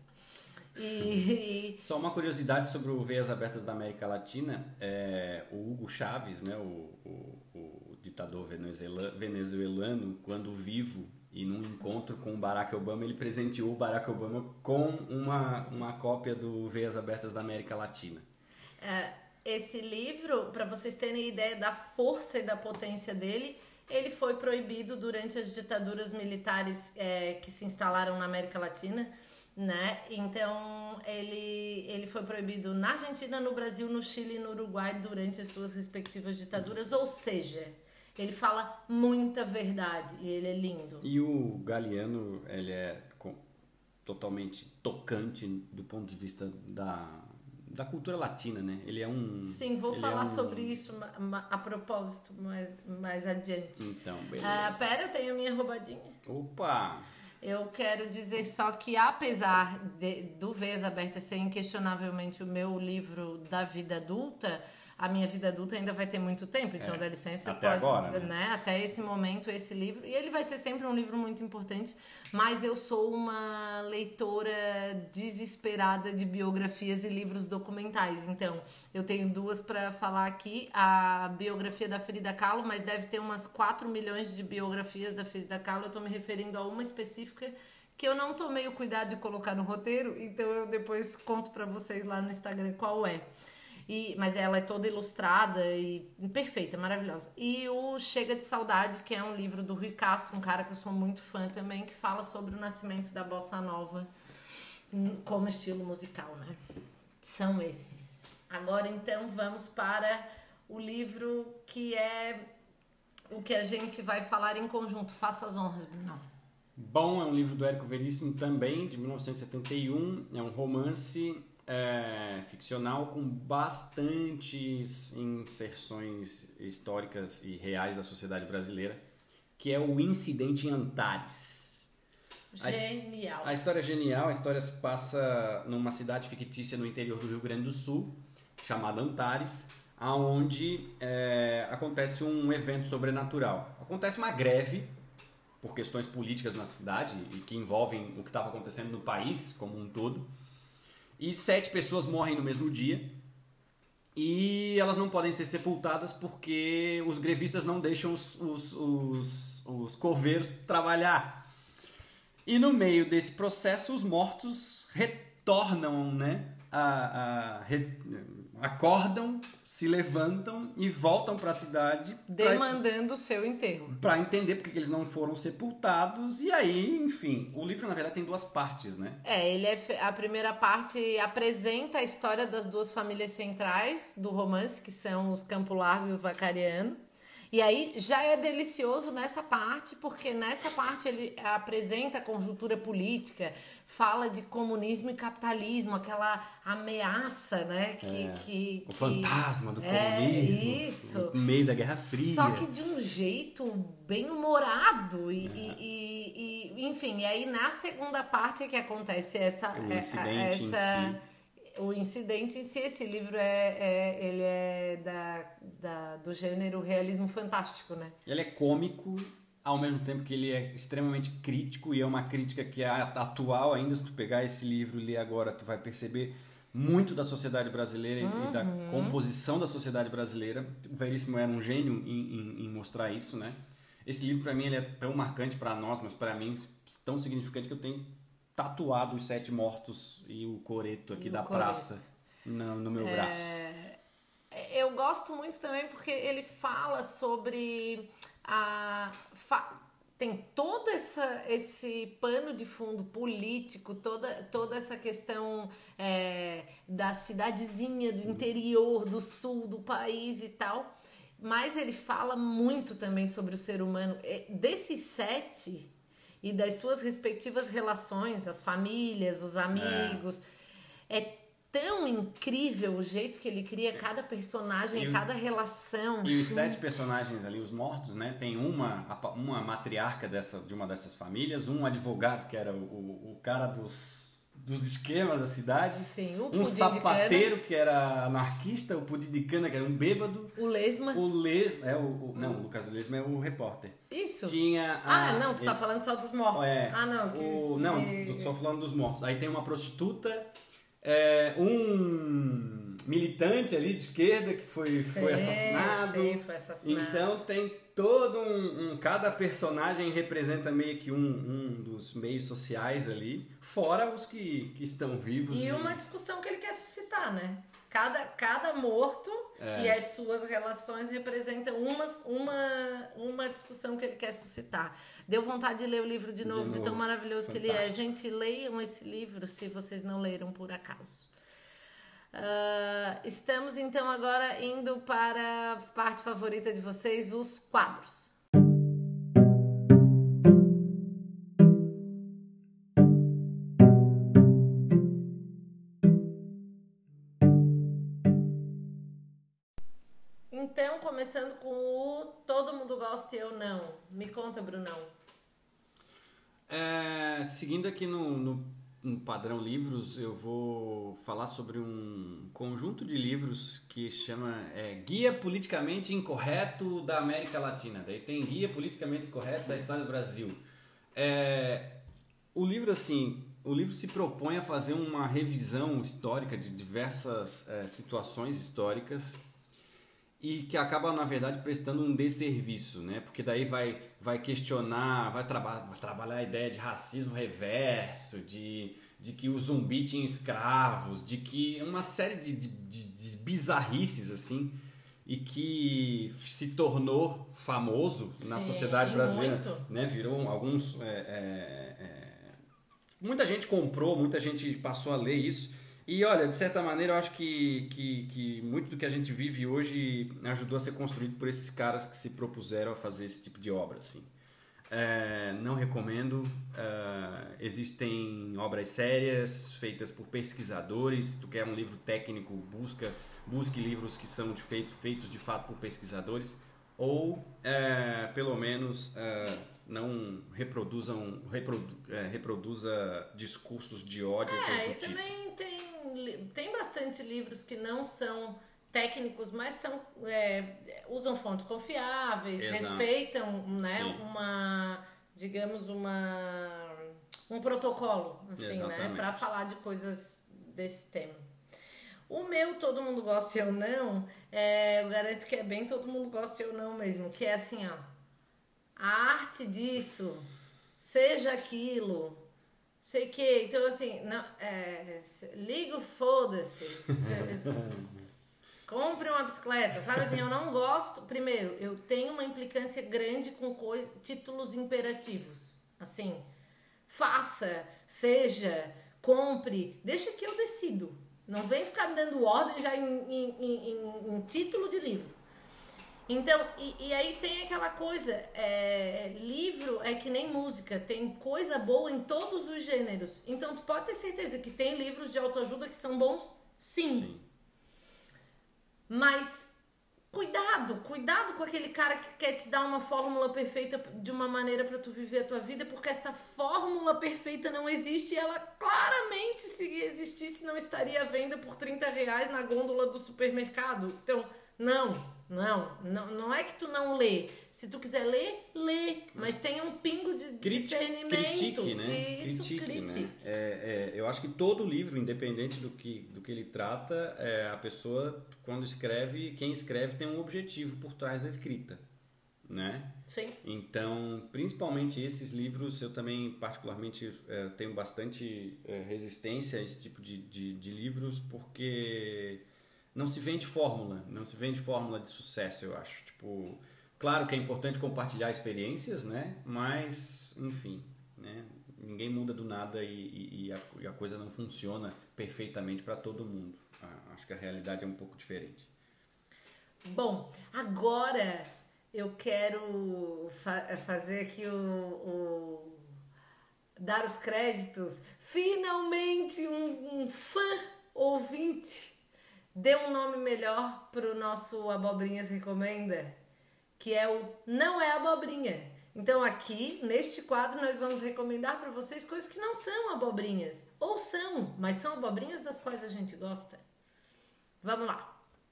E... Só uma curiosidade sobre o Veias Abertas da América Latina, é, o Hugo Chávez, né, o, o, o ditador venezuelano, venezuelano, quando vivo, e num encontro com o Barack Obama, ele presenteou o Barack Obama com uma, uma cópia do Veias Abertas da América Latina. É, esse livro, para vocês terem ideia da força e da potência dele, ele foi proibido durante as ditaduras militares é, que se instalaram na América Latina, né? Então ele, ele foi proibido na Argentina, no Brasil, no Chile e no Uruguai durante as suas respectivas ditaduras, ou seja... Ele fala muita verdade e ele é lindo. E o Galeano, ele é com, totalmente tocante do ponto de vista da, da cultura latina, né? Ele é um... Sim, vou ele falar é um... sobre isso a propósito mais, mais adiante. Então, beleza. Ah, pera, eu tenho a minha roubadinha. Opa! Eu quero dizer só que, apesar de, do Veias Abertas ser inquestionavelmente o meu livro da vida adulta... A minha vida adulta ainda vai ter muito tempo, então é, dá licença, até pode, agora, né? né? Até esse momento, esse livro, e ele vai ser sempre um livro muito importante, mas eu sou uma leitora desesperada de biografias e livros documentais, então eu tenho duas para falar aqui, a biografia da Frida Kahlo, mas deve ter umas quatro milhões de biografias da Frida Kahlo, eu tô me referindo a uma específica que eu não tomei o cuidado de colocar no roteiro, então eu depois conto para vocês lá no Instagram qual é. E, mas ela é toda ilustrada e perfeita, maravilhosa. E o Chega de Saudade, que é um livro do Rui Castro, um cara que eu sou muito fã também, que fala sobre o nascimento da bossa nova como estilo musical, né? São esses. Agora, então, vamos para o livro que é o que a gente vai falar em conjunto. Faça as honras, Bruno. Bom, é um livro do Érico Veríssimo também, de mil novecentos e setenta e um. É um romance... É, ficcional com bastantes inserções históricas e reais da sociedade brasileira, que é o Incidente em Antares. Genial. A, a história é genial, a história se passa numa cidade fictícia no interior do Rio Grande do Sul, chamada Antares, onde é, acontece um evento sobrenatural. Acontece uma greve por questões políticas na cidade e que envolvem o que estava acontecendo no país como um todo. E sete pessoas morrem no mesmo dia e elas não podem ser sepultadas porque os grevistas não deixam os, os, os, os coveiros trabalhar. E no meio desse processo os mortos retornam, né? A, a, re, acordam, se levantam e voltam para a cidade demandando o seu enterro, para entender porque que eles não foram sepultados. E aí, enfim, o livro na verdade tem duas partes, né? É, ele é a primeira parte apresenta a história das duas famílias centrais do romance, que são os Campo Largo e os Vacariano, E aí já é delicioso nessa parte, porque nessa parte ele apresenta a conjuntura política, fala de comunismo e capitalismo, aquela ameaça, né? Que, É, que, o que, fantasma do é, comunismo, isso. no meio da Guerra Fria. Só que de um jeito bem humorado e, é. e, e, e enfim, e aí na segunda parte é que acontece essa... O essa, incidente em si. O incidente em si, esse livro é, é, ele é da, da, do gênero realismo fantástico, né? Ele é cômico, ao mesmo tempo que ele é extremamente crítico, e é uma crítica que é atual ainda. Se tu pegar esse livro e ler agora, tu vai perceber muito da sociedade brasileira uhum. e da composição da sociedade brasileira. O Veríssimo era um gênio em, em, em mostrar isso, né? Esse livro, para mim, ele é tão marcante para nós, mas para mim tão significante que eu tenho tatuado os sete mortos e o coreto aqui da coreto. praça no, no meu é... braço. Eu gosto muito também porque ele fala sobre a... tem todo essa, esse pano de fundo político, toda, toda essa questão é, da cidadezinha do interior, do sul do país e tal, mas ele fala muito também sobre o ser humano. Desses sete e das suas respectivas relações, as famílias, os amigos, é, é tão incrível o jeito que ele cria cada personagem, e cada relação. E os sete personagens ali, os mortos, né? Tem uma, uma matriarca dessa, de uma dessas famílias, um advogado que era o, o, o cara dos, dos esquemas da cidade, Sim, o um sapateiro que era anarquista, o Pudim de Cana que era um bêbado, o Lesma, o Lesma, é o, o não, o Lucas Lesma é o repórter. Isso. Tinha a, ah, não, tu tá ele, falando só dos mortos. É, ah, não, quis, o, não, e... tô só falando dos mortos. Aí tem uma prostituta. É, um militante ali de esquerda que foi, sei, foi assassinado. Sei, foi assassinado. Então tem todo um, um... Cada personagem representa meio que um, um dos meios sociais ali, fora os que, que estão vivos. E, e uma discussão que ele quer suscitar, né? Cada, cada morto é. e as suas relações representam uma, uma, uma discussão que ele quer suscitar. Deu vontade de ler o livro de novo, de, novo. de tão maravilhoso Fantástico. que ele é. Gente, leiam esse livro se vocês não leram por acaso. Uh, estamos então agora indo para a parte favorita de vocês, os quadros. Então, começando com o Todo Mundo Gosta e Eu Não. Me conta, Brunão. É, seguindo aqui no, no, no padrão livros, eu vou falar sobre um conjunto de livros que chama é, Guia Politicamente Incorreto da América Latina. Daí tem Guia Politicamente Incorreto da História do Brasil. É, o livro, assim, o livro se propõe a fazer uma revisão histórica de diversas é, situações históricas e que acaba, na verdade, prestando um desserviço, né? Porque daí vai, vai questionar, vai, traba vai trabalhar a ideia de racismo reverso, de, de que o zumbi tinha escravos, de que uma série de, de, de, de bizarrices, assim, e que se tornou famoso Sim, na sociedade brasileira, muito. né? Virou alguns... É, é, é... Muita gente comprou, muita gente passou a ler isso. E olha, de certa maneira eu acho que, que, que muito do que a gente vive hoje ajudou a ser construído por esses caras que se propuseram a fazer esse tipo de obra, assim. É, não recomendo. É, existem obras sérias feitas por pesquisadores. Se tu quer um livro técnico, busca, busque livros que são de feito, feitos de fato por pesquisadores, ou é, pelo menos é, não reproduzam reprodu, é, reproduza discursos de ódio. É, e tipo. também tem Tem bastante livros que não são técnicos, mas são, é, usam fontes confiáveis, Exato. respeitam, né, uma, digamos, uma, um protocolo, assim, né, para falar de coisas desse tema. O meu Todo Mundo Gosta e Eu Não, é, eu garanto que é bem Todo Mundo Gosta e Eu Não mesmo, que é assim, ó, a arte disso, seja aquilo... Sei que, então assim, não, é, liga o foda-se, compre uma bicicleta, sabe assim, eu não gosto, primeiro, eu tenho uma implicância grande com coisa, títulos imperativos, assim, faça, seja, compre, deixa que eu decido, não vem ficar me dando ordem já em, em, em, em título de livro. Então, e, e aí tem aquela coisa, é, livro é que nem música, tem coisa boa em todos os gêneros. Então, tu pode ter certeza que tem livros de autoajuda que são bons, sim. sim. Mas, cuidado, cuidado com aquele cara que quer te dar uma fórmula perfeita de uma maneira pra tu viver a tua vida, porque essa fórmula perfeita não existe e ela claramente, se existisse, não estaria à venda por trinta reais na gôndola do supermercado. Então, não, não, não, não é que tu não lê. Se tu quiser ler, lê, mas tenha um pingo de Critique, discernimento. Critique, né? Isso, critique, critique. Né? É, é, eu acho que todo livro, independente do que, do que ele trata, é, a pessoa, quando escreve, quem escreve tem um objetivo por trás da escrita, né? Sim. Então, principalmente esses livros, eu também particularmente é, tenho bastante é, resistência a esse tipo de, de, de livros, porque não se vende fórmula, não se vende fórmula de sucesso, eu acho. Tipo, claro que é importante compartilhar experiências, né? Mas, enfim, né? Ninguém muda do nada e, e, e, a, e a coisa não funciona perfeitamente para todo mundo. Ah, acho que a realidade é um pouco diferente. Bom, agora eu quero fa- fazer aqui o, o... dar os créditos. Finalmente um, um fã ouvinte dê um nome melhor pro nosso Abobrinhas Recomenda, que é o Não é Abobrinha. Então aqui, neste quadro, nós vamos recomendar para vocês coisas que não são abobrinhas, ou são, mas são abobrinhas das quais a gente gosta. Vamos lá.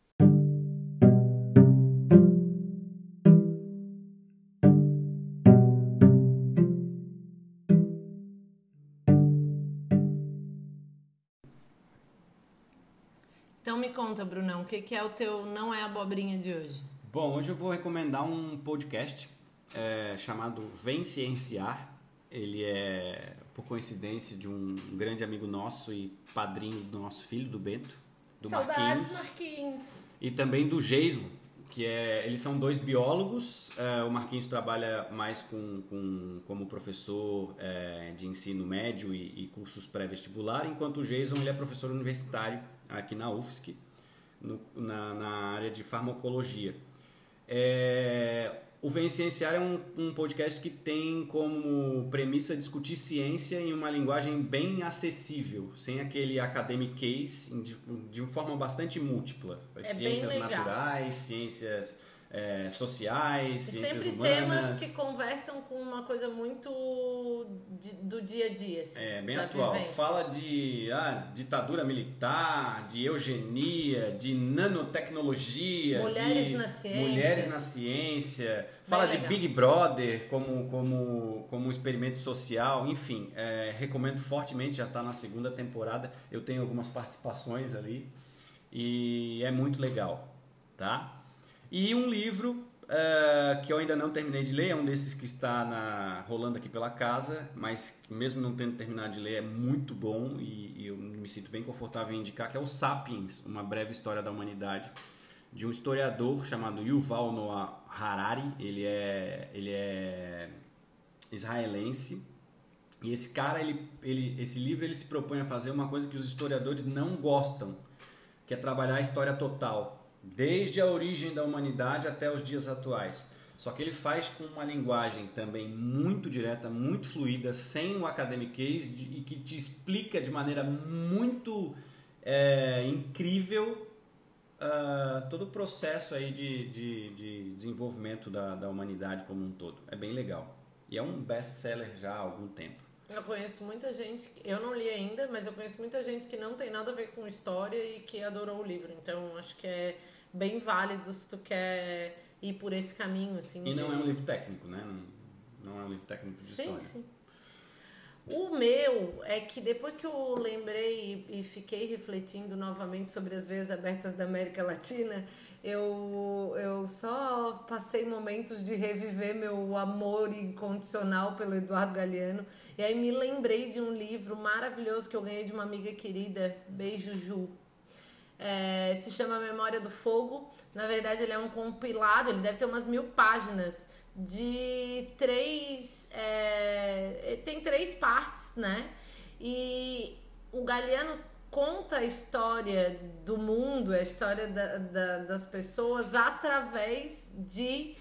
Então me conta, Brunão, o que, que é o teu Não é Abobrinha de hoje? Bom, hoje eu vou recomendar um podcast é, chamado Vem Cienciar. Ele é, por coincidência, de um grande amigo nosso e padrinho do nosso filho, do Bento, do Saudades, Marquinhos. Marquinhos. E também do Jason, que é, eles são dois biólogos. É, o Marquinhos trabalha mais com, com, como professor é, de ensino médio e, e cursos pré-vestibular, enquanto o Jason ele é professor universitário aqui na U F S C, no, na, na área de farmacologia. É, o Vem Cienciar é um, um podcast que tem como premissa discutir ciência em uma linguagem bem acessível, sem aquele academic case, de, de uma forma bastante múltipla. É ciências bem legal. naturais, ciências é, sociais, E ciências sempre humanas. temas que conversam com uma coisa muito de, do dia a dia. Assim, É, bem da atual. vivência. Fala de ah, ditadura militar, de eugenia, de nanotecnologia, Mulheres de na ciência. mulheres na ciência. Fala de legal. Big Brother como, como, como um experimento social. Enfim, é, recomendo fortemente, já está na segunda temporada. Eu tenho algumas participações ali e é muito legal, tá? E um livro uh, que eu ainda não terminei de ler, é um desses que está na, rolando aqui pela casa, mas mesmo não tendo terminado de ler é muito bom e, e eu me sinto bem confortável em indicar, que é o Sapiens, uma breve história da humanidade, de um historiador chamado Yuval Noah Harari. Ele é, ele é israelense e esse cara, ele, ele, esse livro ele se propõe a fazer uma coisa que os historiadores não gostam, que é trabalhar a história total, desde a origem da humanidade até os dias atuais. Só que ele faz com uma linguagem também muito direta, muito fluida, sem o academic case, e que te explica de maneira muito é, incrível uh, todo o processo aí de, de, de desenvolvimento da, da humanidade como um todo. É bem legal. E é um best-seller já há algum tempo. Eu conheço muita gente, eu não li ainda, mas eu conheço muita gente que não tem nada a ver com história e que adorou o livro. Então, acho que é bem válido se tu quer ir por esse caminho, assim. E de... não é um livro técnico, né? Não, não é um livro técnico de sim, história. Sim, sim. O meu é que depois que eu lembrei e fiquei refletindo novamente sobre as veias abertas da América Latina, eu, eu só passei momentos de reviver meu amor incondicional pelo Eduardo Galeano. E aí me lembrei de um livro maravilhoso que eu ganhei de uma amiga querida, Beijo Ju. É, se chama Memória do Fogo. Na verdade ele é um compilado, ele deve ter umas mil páginas de três... É, tem três partes, né? E o Galeano conta a história do mundo, a história da, da, das pessoas através de,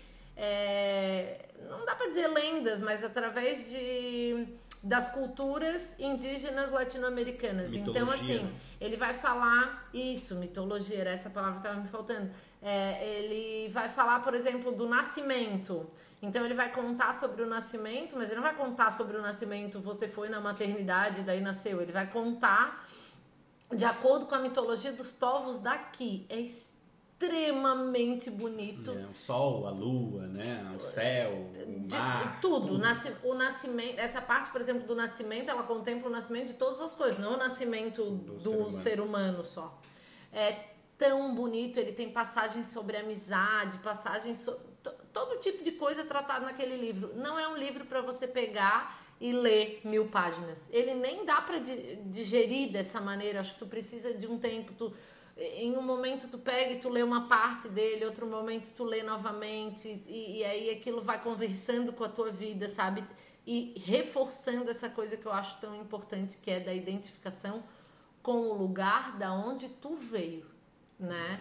é, não dá pra dizer lendas, mas através de, das culturas indígenas latino-americanas. Mitologia, então, assim, né? ele vai falar, isso, mitologia, era essa palavra que estava me faltando. É, ele vai falar, por exemplo, do nascimento. Então ele vai contar sobre o nascimento, mas ele não vai contar sobre o nascimento, você foi na maternidade, daí nasceu. Ele vai contar de acordo com a mitologia dos povos daqui. É extremamente bonito. É, o sol, a lua, né? O céu, o De, mar. tudo. tudo. Nasci, o nascimento, essa parte, por exemplo, do nascimento, ela contempla o nascimento de todas as coisas, não o nascimento do, do ser, humano. ser humano só. É tão bonito, ele tem passagens sobre amizade, passagens sobre todo tipo de coisa tratada naquele livro. Não é um livro para você pegar e ler mil páginas. Ele nem dá para digerir dessa maneira. Acho que tu precisa de um tempo. Tu, em um momento tu pega e tu lê uma parte dele, outro momento tu lê novamente e, e aí aquilo vai conversando com a tua vida, sabe? E reforçando essa coisa que eu acho tão importante, que é da identificação com o lugar da onde tu veio, né?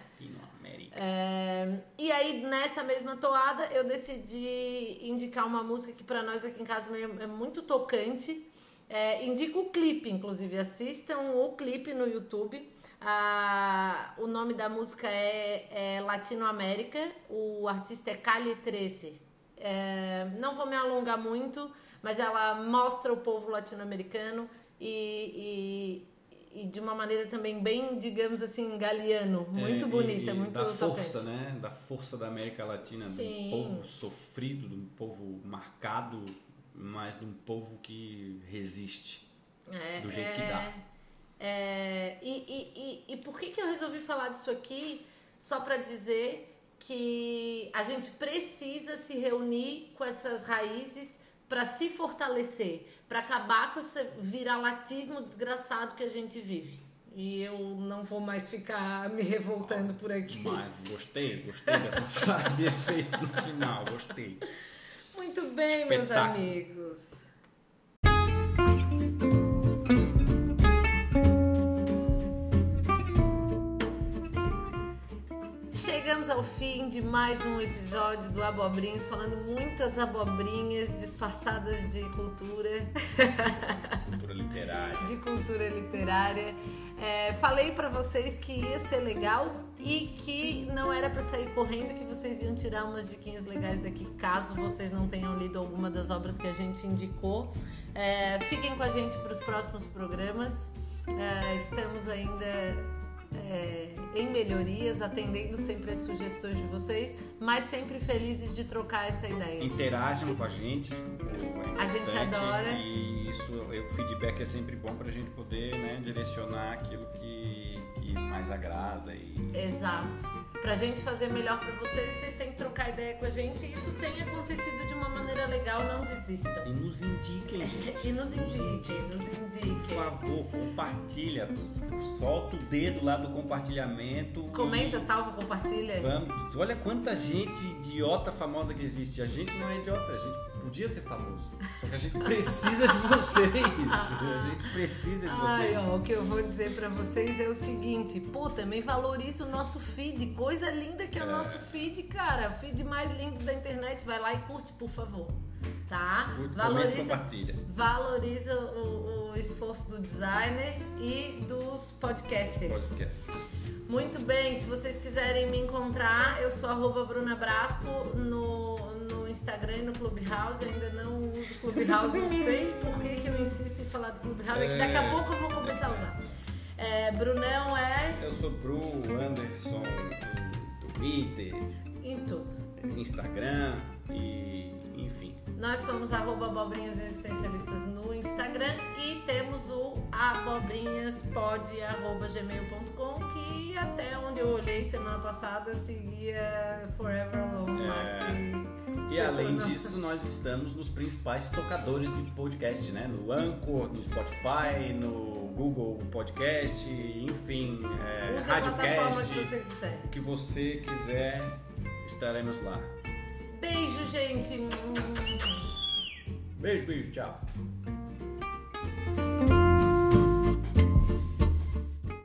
É, e aí nessa mesma toada eu decidi indicar uma música que para nós aqui em casa é muito tocante. É, indico o clipe, inclusive assistam o clipe no YouTube. Ah, o nome da música é, é Latinoamérica, o artista é Calle treze. É, não vou me alongar muito, mas ela mostra o povo latino-americano e, e E de uma maneira também bem, digamos assim, galiano. Muito é, bonita, e, muito da tocante. força, né? Da força da América Latina, Sim. de um povo sofrido, de um povo marcado, mas de um povo que resiste É, do jeito é, que dá. É, e, e, e, e por que, que eu resolvi falar disso aqui? Só para dizer que a gente precisa se reunir com essas raízes para se fortalecer, para acabar com esse viralatismo desgraçado que a gente vive. E eu não vou mais ficar me revoltando por aqui. Mas gostei, gostei dessa frase de efeito no final, gostei. Muito bem, Espetáculo. meus amigos. Chegamos ao fim de mais um episódio do Abobrinhas, falando muitas abobrinhas disfarçadas de cultura. Cultura literária. De cultura literária. É, falei pra vocês que ia ser legal e que não era pra sair correndo, que vocês iam tirar umas diquinhas legais daqui, caso vocês não tenham lido alguma das obras que a gente indicou. É, fiquem com a gente para os próximos programas. É, estamos ainda... É, em melhorias, atendendo sempre as sugestões de vocês, mas sempre felizes de trocar essa ideia. Interajam com a gente, é a gente adora. E isso, o feedback é sempre bom pra gente poder, né, direcionar aquilo que, que mais agrada. E... Exato. Pra gente fazer melhor pra vocês, vocês têm que trocar ideia com a gente, e isso tem acontecido de uma maneira legal, não desistam. E nos indiquem, gente. E nos indiquem, nos indiquem. Por favor, compartilha, solta o dedo lá do compartilhamento. Comenta, salva, compartilha. Vamos, olha quanta gente idiota famosa que existe. A gente não é idiota, a gente podia ser famoso. Só que a gente precisa de vocês. A gente precisa de vocês. Ai, ó, o que eu vou dizer pra vocês é o seguinte, pô, também valoriza o nosso feed, coisa linda que é o nosso feed, cara, o feed mais lindo da internet, vai lá e curte, por favor, tá? Curte, valoriza, comenta, compartilha. Valoriza o, o esforço do designer e dos podcasters. Podcast. Muito bem, se vocês quiserem me encontrar, eu sou arroba Bruna Brasco no, no Instagram e no Clubhouse. Eu ainda não uso Clubhouse, não sei por que, que eu insisto em falar do Clubhouse, é que daqui a pouco eu vou começar a usar. É, Brunão é... Eu sou Bru Anderson no Twitter, em tudo. Instagram e enfim. Nós somos arroba abobrinhas existencialistas no Instagram e temos o abobrinhaspod arroba gmail ponto com, que até onde eu olhei semana passada seguia Forever Alone. É... E além não... disso, nós estamos nos principais tocadores de podcast, né? No Anchor, no Spotify, no Google Podcast, enfim, é, Use a plataforma Radiocast, que você quiser. O que você quiser, estaremos lá. Beijo, gente. Beijo, beijo, tchau.